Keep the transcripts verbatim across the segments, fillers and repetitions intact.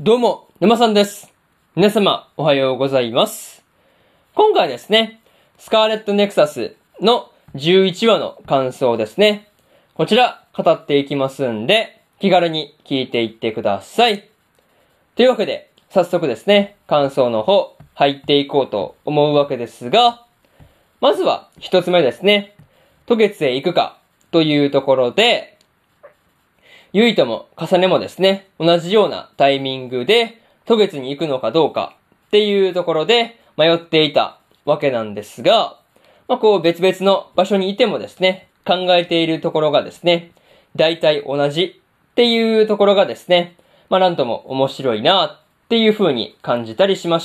どうも、沼さんです。皆様、おはようございます。今回ですね、スカーレットネクサスのじゅういちわの感想ですね。こちら、語っていきますんで、気軽に聞いていってください。というわけで、早速ですね、感想の方、入っていこうと思うわけですが、まずは一つ目ですね、渡月へ行くかというところで、ゆいとも重ねもですね、同じようなタイミングで渡月に行くのかどうかっていうところで迷っていたわけなんですが、まあこう別々の場所にいてもですね、考えているところがですね、大体同じっていうところがですね、まあなんとも面白いなっていう風に感じたりしました。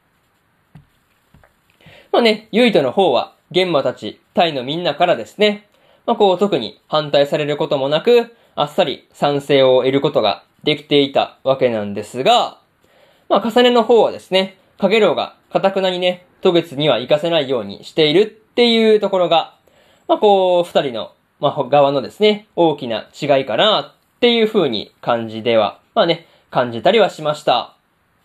まあね、ゆいとの方は、玄馬たち、タイのみんなからですね、まあこう特に反対されることもなく、あっさり賛成を得ることができていたわけなんですが、まあ重ねの方はですね、かげろうが堅くなにね、渡月には行かせないようにしているっていうところが、まあこう二人の、まあ側のですね、大きな違いかなっていう風に感じでは、まあね、感じたりはしました。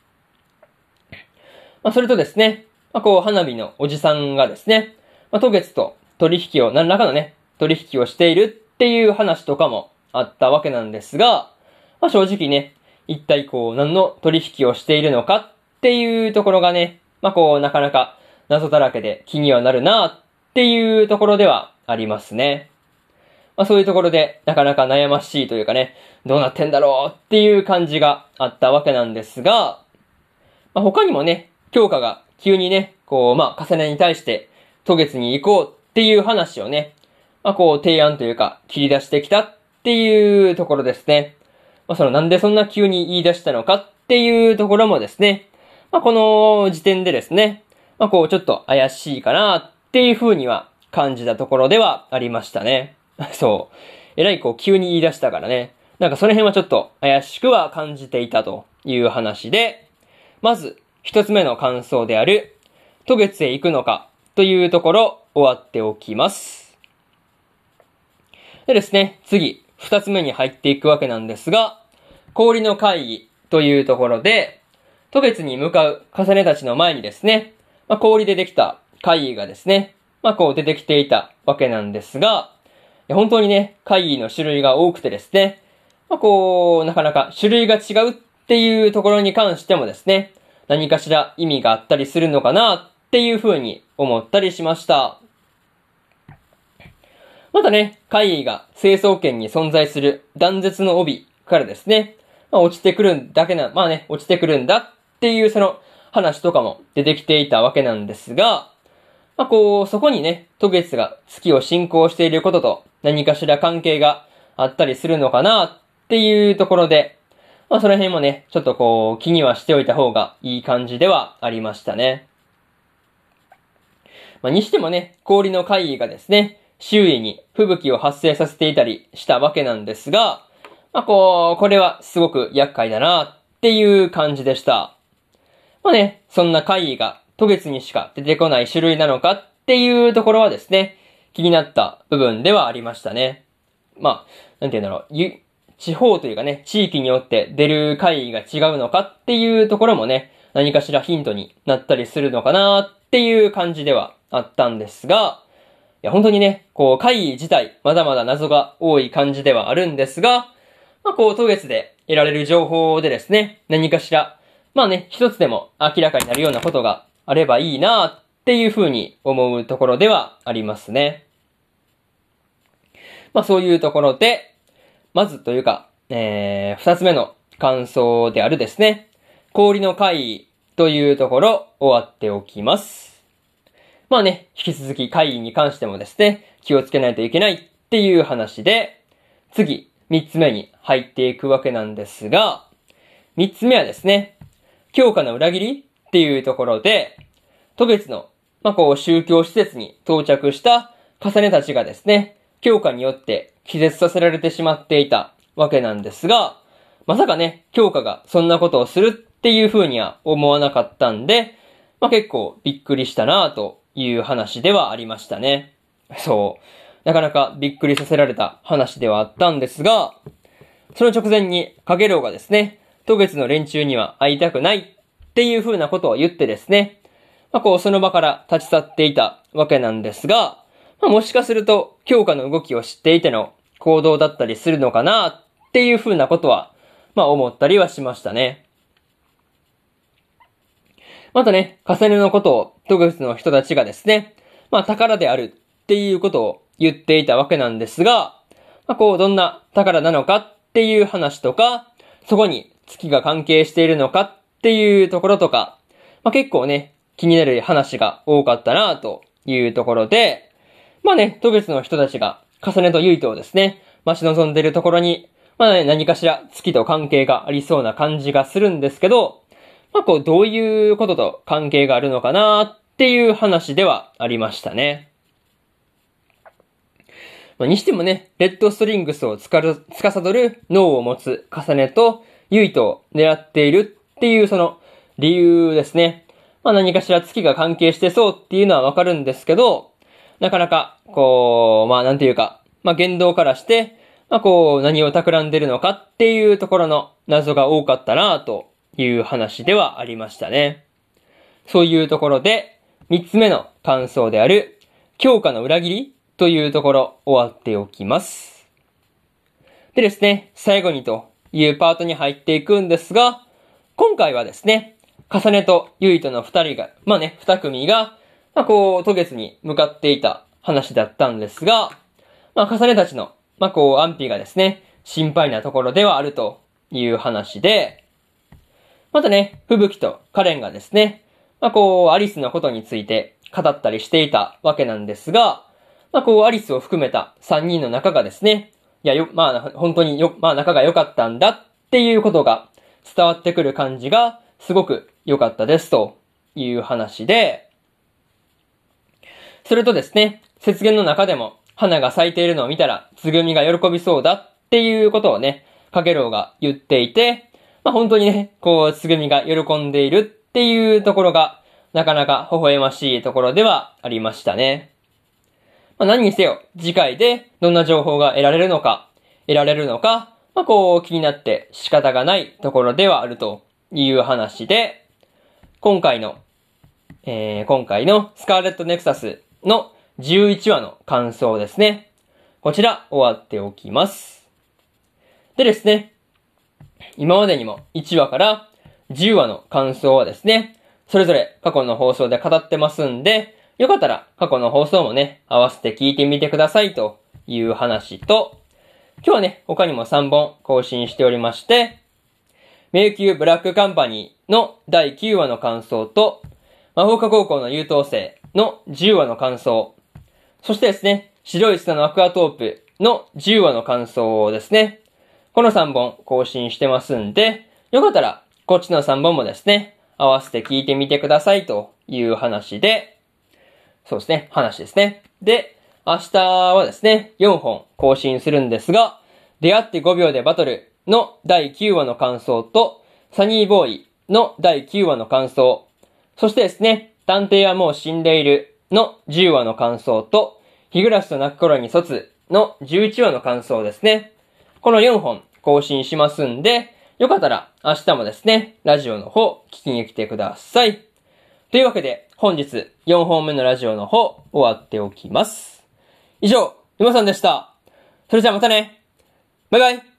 まあそれとですね、まあこう花火のおじさんがですね、まあ渡月と取引を、何らかのね、取引をしているっていう話とかもあったわけなんですが、まあ正直ね、一体こう何の取引をしているのかっていうところがね、まあこうなかなか謎だらけで気にはなるなっていうところではありますね。まあそういうところでなかなか悩ましいというかね、どうなってんだろうっていう感じがあったわけなんですが、まあ他にもね、京香が急にね、こうまあ重ねに対して渡月に行こうっていう話をね、まあこう提案というか切り出してきたっていうところですね。まあそのなんでそんな急に言い出したのかっていうところもですね、まあこの時点でですね、まあこうちょっと怪しいかなっていう風には感じたところではありましたね。そう。えらいこう急に言い出したからね。なんかその辺はちょっと怪しくは感じていたという話で、まず一つ目の感想である、渡月へ行くのかというところ終わっておきます。でですね、次、二つ目に入っていくわけなんですが、氷の会議というところで、渡月に向かう重ねたちの前にですね、まあ、氷でできた会議がですね、まあこう出てきていたわけなんですが、本当にね、会議の種類が多くてですね、まあこう、なかなか種類が違うっていうところに関してもですね、何かしら意味があったりするのかなっていう風に思ったりしました。またね、怪異が成層圏に存在する断絶の帯からですね、まあ、落ちてくるんだけな、まあね、落ちてくるんだっていうその話とかも出てきていたわけなんですが、まあこう、そこにね、渡月が月を進行していることと何かしら関係があったりするのかなっていうところで、まあその辺もね、ちょっとこう気にはしておいた方がいい感じではありましたね。まあにしてもね、氷の怪異がですね、周囲に吹雪を発生させていたりしたわけなんですが、まあこう、これはすごく厄介だなっていう感じでした。まあね、そんな怪異が渡月にしか出てこない種類なのかっていうところはですね、気になった部分ではありましたね。まあ、なんて言うんだろう、ゆ、地方というかね、地域によって出る怪異が違うのかっていうところもね、何かしらヒントになったりするのかなっていう感じではあったんですが、いや、本当にね、こう、会議自体、まだまだ謎が多い感じではあるんですが、まあ、こう、渡月で得られる情報でですね、何かしら、まあね、一つでも明らかになるようなことがあればいいなっていうふうに思うところではありますね。まあ、そういうところで、まずというか、えー、二つ目の感想であるですね、氷の会議というところ、終わっておきます。まあね、引き続き会議に関してもですね、気をつけないといけないっていう話で、次、三つ目に入っていくわけなんですが、三つ目はですね、強化の裏切りっていうところで、渡月の、まあこう宗教施設に到着した重ねたちがですね、強化によって気絶させられてしまっていたわけなんですが、まさかね、強化がそんなことをするっていう風には思わなかったんで、まあ結構びっくりしたなぁという話ではありましたね。そう。なかなかびっくりさせられた話ではあったんですが、その直前に、かげろうがですね、 渡月の連中には会いたくないっていう風なことを言ってですね、まあ、こう、その場から立ち去っていたわけなんですが、まあ、もしかすると、京花の動きを知っていての行動だったりするのかなっていう風なことは、まあ、思ったりはしましたね。またね、重ねのことを渡月の人たちがですね、まあ、宝であるっていうことを言っていたわけなんですが、まあ、こう、どんな宝なのかっていう話とか、そこに月が関係しているのかっていうところとか、まあ、結構ね、気になる話が多かったなというところで、まあね、渡月の人たちが重ねと結糸をですね、待ち望んでいるところに、まあね、何かしら月と関係がありそうな感じがするんですけど、まあこう、どういうことと関係があるのかなっていう話ではありましたね。まあ、にしてもね、レッドストリングスをつかる、司る脳を持つ重ねと結糸を狙っているっていうその理由ですね。まあ何かしら月が関係してそうっていうのはわかるんですけど、なかなか、こう、まあなんていうか、まあ言動からして、まあこう、何を企んでるのかっていうところの謎が多かったなという話ではありましたね。そういうところで、三つ目の感想である、京花の裏切りというところ終わっておきます。でですね、最後にというパートに入っていくんですが、今回はですね、重ねと結糸の二人が、まあね、二組が、まあこう、渡月に向かっていた話だったんですが、まあ重ねたちの、まあこう、安否がですね、心配なところではあるという話で、またね、吹雪とカレンがですね、まあこう、アリスのことについて語ったりしていたわけなんですが、まあこう、アリスを含めた三人の仲がですね、いやよ、まあ本当によ、まあ仲が良かったんだっていうことが伝わってくる感じがすごく良かったですという話で、それとですね、雪原の中でも花が咲いているのを見たら、つぐみが喜びそうだっていうことをね、かげろうが言っていて、まあ本当にね、こう、つぐみが喜んでいるっていうところが、なかなか微笑ましいところではありましたね。まあ何にせよ、次回でどんな情報が得られるのか、得られるのか、まあこう気になって仕方がないところではあるという話で、今回の、えー、今回のスカーレットネクサスのじゅういちわの感想ですね。こちら終わっておきます。でですね、今までにもいちわからじゅうわの感想はですね、それぞれ過去の放送で語ってますんで、よかったら過去の放送もね、合わせて聞いてみてくださいという話と、今日はね、他にもさんぼん更新しておりまして、迷宮ブラックカンパニーのだいきゅうわの感想と、魔法科高校の優等生のじゅうわの感想、そしてですね、白い砂のアクアトープのじゅうわの感想ですね。このさんぼん更新してますんで、よかったらこっちのさんぼんもですね、合わせて聞いてみてくださいという話で、そうですね、話ですね。で、明日はですね、よんほん更新するんですが、出会ってごびょうでバトルのだいきゅうわの感想と、サニーボーイのだいきゅうわの感想、そしてですね、探偵はもう死んでいるのじゅうわの感想と、日暮らしと泣く頃に卒のじゅういちわの感想ですね。このよんほん更新しますんで、よかったら明日もですね、ラジオの方聞きに来てください。というわけで、本日よんほんめのラジオの方終わっておきます。以上、沼さんでした。それじゃあまたね。バイバイ。